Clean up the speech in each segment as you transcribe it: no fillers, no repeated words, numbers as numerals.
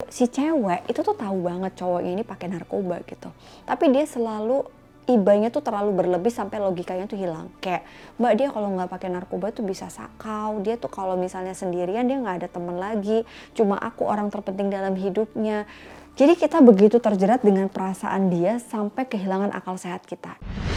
si cewek itu tuh tahu banget cowoknya ini pakai narkoba gitu. Tapi dia selalu ibanya tuh terlalu berlebih sampai logikanya tuh hilang. Kayak, mbak, dia kalau nggak pakai narkoba tuh bisa sakau. Dia tuh kalau misalnya sendirian dia nggak ada temen lagi. Cuma aku orang terpenting dalam hidupnya. Jadi kita begitu terjerat dengan perasaan dia sampai kehilangan akal sehat kita.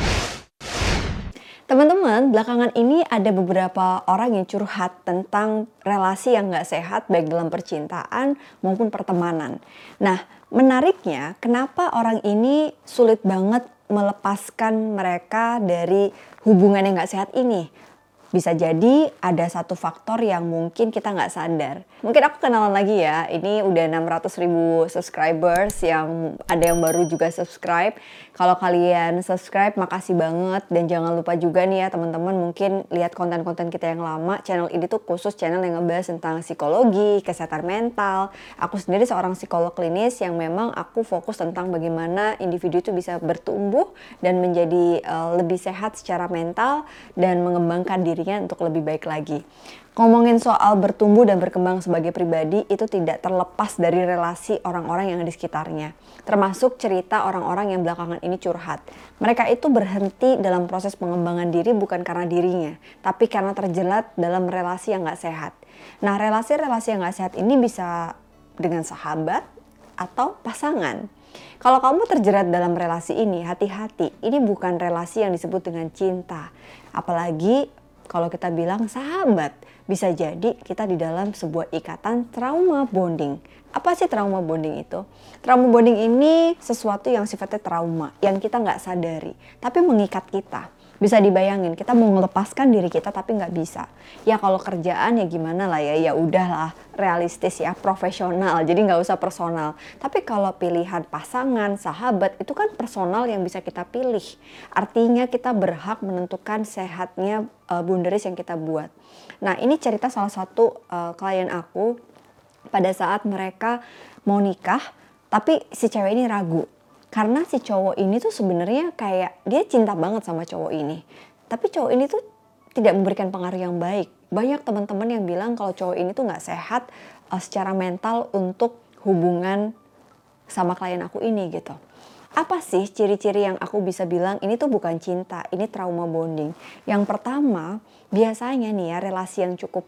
Teman-teman, belakangan ini ada beberapa orang yang curhat tentang relasi yang nggak sehat baik dalam percintaan maupun pertemanan. Nah, menariknya kenapa orang ini sulit banget melepaskan mereka dari hubungan yang nggak sehat ini? Bisa jadi ada satu faktor yang mungkin kita nggak sadar. Mungkin aku kenalan lagi ya, ini udah 600.000 subscribers, yang ada yang baru juga subscribe. Kalau kalian subscribe, makasih banget. Dan jangan lupa juga nih ya teman-teman, mungkin lihat konten-konten kita yang lama. Channel ini tuh khusus channel yang ngebahas tentang psikologi, kesehatan mental. Aku sendiri seorang psikolog klinis yang memang aku fokus tentang bagaimana individu itu bisa bertumbuh dan menjadi lebih sehat secara mental dan mengembangkan diri untuk lebih baik lagi. Ngomongin soal bertumbuh dan berkembang sebagai pribadi itu tidak terlepas dari relasi orang-orang yang di sekitarnya. Termasuk cerita orang-orang yang belakangan ini curhat. Mereka itu berhenti dalam proses pengembangan diri bukan karena dirinya, tapi karena terjerat dalam relasi yang gak sehat. Nah, relasi-relasi yang gak sehat ini bisa dengan sahabat atau pasangan. Kalau kamu terjerat dalam relasi ini, hati-hati. Ini bukan relasi yang disebut dengan cinta. Apalagi kalau kita bilang sahabat, bisa jadi kita di dalam sebuah ikatan trauma bonding. Apa sih trauma bonding itu? Trauma bonding ini sesuatu yang sifatnya trauma, yang kita nggak sadari, tapi mengikat kita. Bisa dibayangin, kita mau melepaskan diri kita tapi nggak bisa. Ya kalau kerjaan ya gimana lah ya, ya udahlah realistis ya, profesional, jadi nggak usah personal. Tapi kalau pilihan pasangan, sahabat, itu kan personal yang bisa kita pilih. Artinya kita berhak menentukan sehatnya boundaries yang kita buat. Nah, ini cerita salah satu klien aku pada saat mereka mau nikah, tapi si cewek ini ragu. Karena si cowok ini tuh sebenarnya kayak dia cinta banget sama cowok ini. Tapi cowok ini tuh tidak memberikan pengaruh yang baik. Banyak teman-teman yang bilang kalau cowok ini tuh gak sehat secara mental untuk hubungan sama klien aku ini gitu. Apa sih ciri-ciri yang aku bisa bilang ini tuh bukan cinta, ini trauma bonding? Yang pertama, biasanya nih ya relasi yang cukup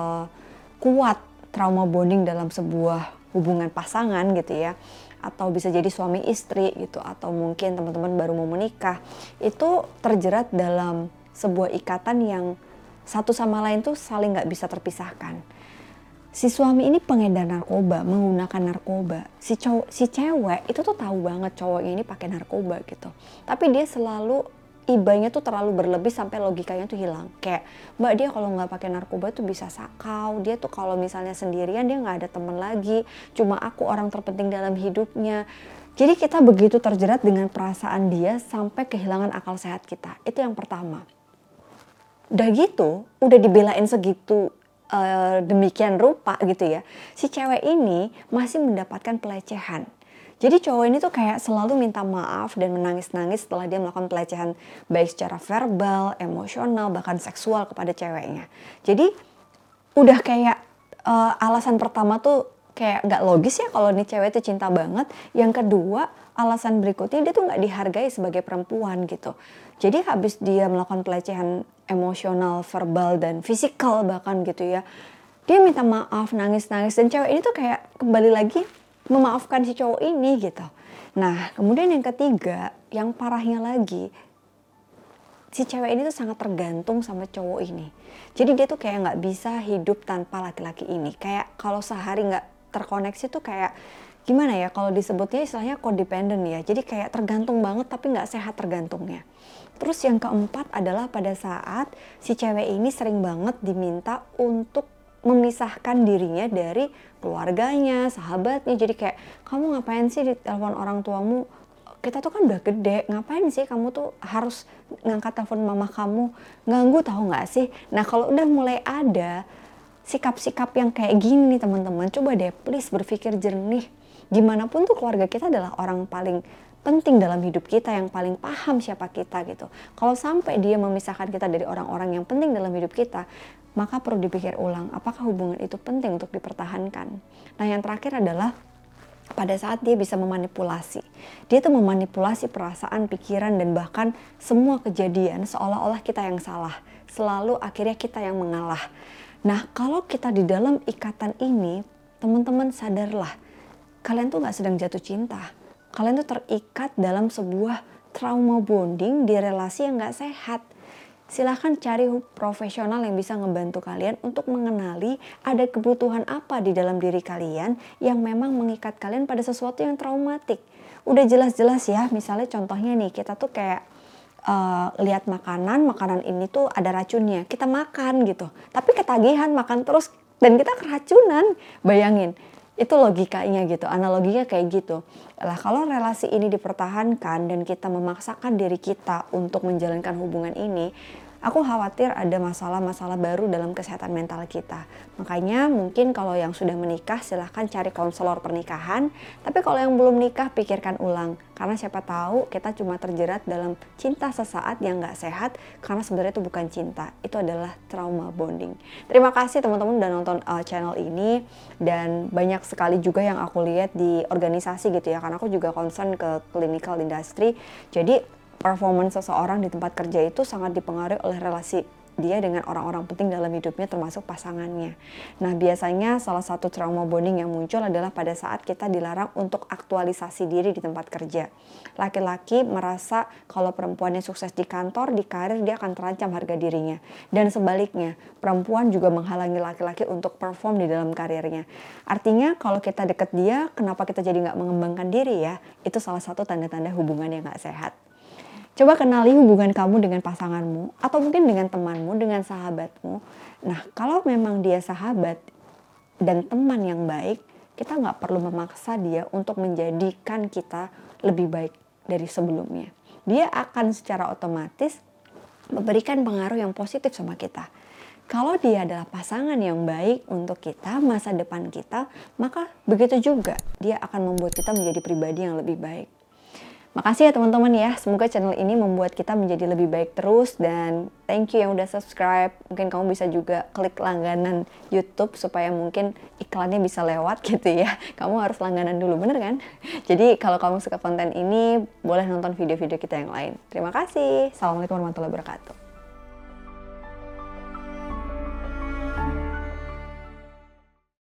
kuat trauma bonding dalam sebuah hubungan pasangan gitu ya, atau bisa jadi suami istri gitu, atau mungkin teman-teman baru mau menikah, itu terjerat dalam sebuah ikatan yang satu sama lain tuh saling gak bisa terpisahkan. Si suami ini pengedar narkoba, menggunakan narkoba. Si cewek itu tuh tahu banget cowoknya ini pakai narkoba gitu. Tapi dia selalu ibanya tuh terlalu berlebih sampai logikanya tuh hilang. Kayak, mbak, dia kalau nggak pakai narkoba tuh bisa sakau. Dia tuh kalau misalnya sendirian dia nggak ada temen lagi. Cuma aku orang terpenting dalam hidupnya. Jadi kita begitu terjerat dengan perasaan dia sampai kehilangan akal sehat kita. Itu yang pertama. Udah gitu, udah dibelain segitu demikian rupa gitu ya, si cewek ini masih mendapatkan pelecehan. Jadi cowok ini tuh kayak selalu minta maaf dan menangis-nangis setelah dia melakukan pelecehan baik secara verbal, emosional, bahkan seksual kepada ceweknya. Jadi udah kayak alasan pertama tuh kayak gak logis ya kalau nih cewek itu cinta banget. Yang kedua, alasan berikutnya dia tuh gak dihargai sebagai perempuan gitu. Jadi habis dia melakukan pelecehan emosional, verbal, dan fisikal bahkan gitu ya, dia minta maaf, nangis-nangis, dan cewek ini tuh kayak kembali lagi memaafkan si cowok ini gitu. Nah, kemudian yang ketiga, yang parahnya lagi, si cewek ini tuh sangat tergantung sama cowok ini. Jadi dia tuh kayak gak bisa hidup tanpa laki-laki ini. Kayak kalau sehari gak terkoneksi tuh kayak gimana ya, kalau disebutnya istilahnya codependent ya. Jadi kayak tergantung banget tapi gak sehat tergantungnya. Terus yang keempat adalah pada saat si cewek ini sering banget diminta untuk memisahkan dirinya dari keluarganya, sahabatnya. Jadi kayak, kamu ngapain sih ditelepon orang tuamu? Kita tuh kan udah gede, ngapain sih kamu tuh harus ngangkat telepon mama kamu? Ganggu tahu gak sih? Nah, kalau udah mulai ada sikap-sikap yang kayak gini nih teman-teman, coba deh please berpikir jernih. Gimana pun tuh keluarga kita adalah orang paling penting dalam hidup kita, yang paling paham siapa kita gitu. Kalau sampai dia memisahkan kita dari orang-orang yang penting dalam hidup kita, maka perlu dipikir ulang apakah hubungan itu penting untuk dipertahankan. Nah, yang terakhir adalah pada saat dia bisa memanipulasi. Dia tuh memanipulasi perasaan, pikiran, dan bahkan semua kejadian seolah-olah kita yang salah. Selalu akhirnya kita yang mengalah. Nah, kalau kita di dalam ikatan ini, teman-teman sadarlah, kalian tuh gak sedang jatuh cinta. Kalian tuh terikat dalam sebuah trauma bonding di relasi yang gak sehat. Silahkan cari profesional yang bisa ngebantu kalian untuk mengenali ada kebutuhan apa di dalam diri kalian yang memang mengikat kalian pada sesuatu yang traumatik. Udah jelas-jelas ya, misalnya contohnya nih, kita tuh kayak lihat makanan ini tuh ada racunnya, kita makan gitu. Tapi ketagihan makan terus dan kita keracunan, bayangin. Itu logikanya gitu, analoginya kayak gitu. Lah kalau relasi ini dipertahankan dan kita memaksakan diri kita untuk menjalankan hubungan ini, aku khawatir ada masalah-masalah baru dalam kesehatan mental kita. Makanya mungkin kalau yang sudah menikah silahkan cari konselor pernikahan. Tapi kalau yang belum nikah pikirkan ulang. Karena siapa tahu kita cuma terjerat dalam cinta sesaat yang gak sehat. Karena sebenarnya itu bukan cinta, itu adalah trauma bonding. Terima kasih teman-teman udah nonton channel ini. Dan banyak sekali juga yang aku lihat di organisasi gitu ya. Karena aku juga concern ke clinical industry. Jadi performance seseorang di tempat kerja itu sangat dipengaruhi oleh relasi dia dengan orang-orang penting dalam hidupnya termasuk pasangannya. Nah biasanya salah satu trauma bonding yang muncul adalah pada saat kita dilarang untuk aktualisasi diri di tempat kerja. Laki-laki merasa kalau perempuannya sukses di kantor, di karir, dia akan terancam harga dirinya. Dan sebaliknya, perempuan juga menghalangi laki-laki untuk perform di dalam karirnya. Artinya kalau kita deket dia, kenapa kita jadi nggak mengembangkan diri ya? Itu salah satu tanda-tanda hubungan yang nggak sehat. Coba kenali hubungan kamu dengan pasanganmu atau mungkin dengan temanmu, dengan sahabatmu. Nah, kalau memang dia sahabat dan teman yang baik, kita nggak perlu memaksa dia untuk menjadikan kita lebih baik dari sebelumnya. Dia akan secara otomatis memberikan pengaruh yang positif sama kita. Kalau dia adalah pasangan yang baik untuk kita, masa depan kita, maka begitu juga dia akan membuat kita menjadi pribadi yang lebih baik. Makasih ya teman-teman ya, semoga channel ini membuat kita menjadi lebih baik terus dan thank you yang udah subscribe. Mungkin kamu bisa juga klik langganan YouTube supaya mungkin iklannya bisa lewat gitu ya. Kamu harus langganan dulu, bener kan? Jadi kalau kamu suka konten ini, boleh nonton video-video kita yang lain. Terima kasih. Assalamualaikum warahmatullahi wabarakatuh.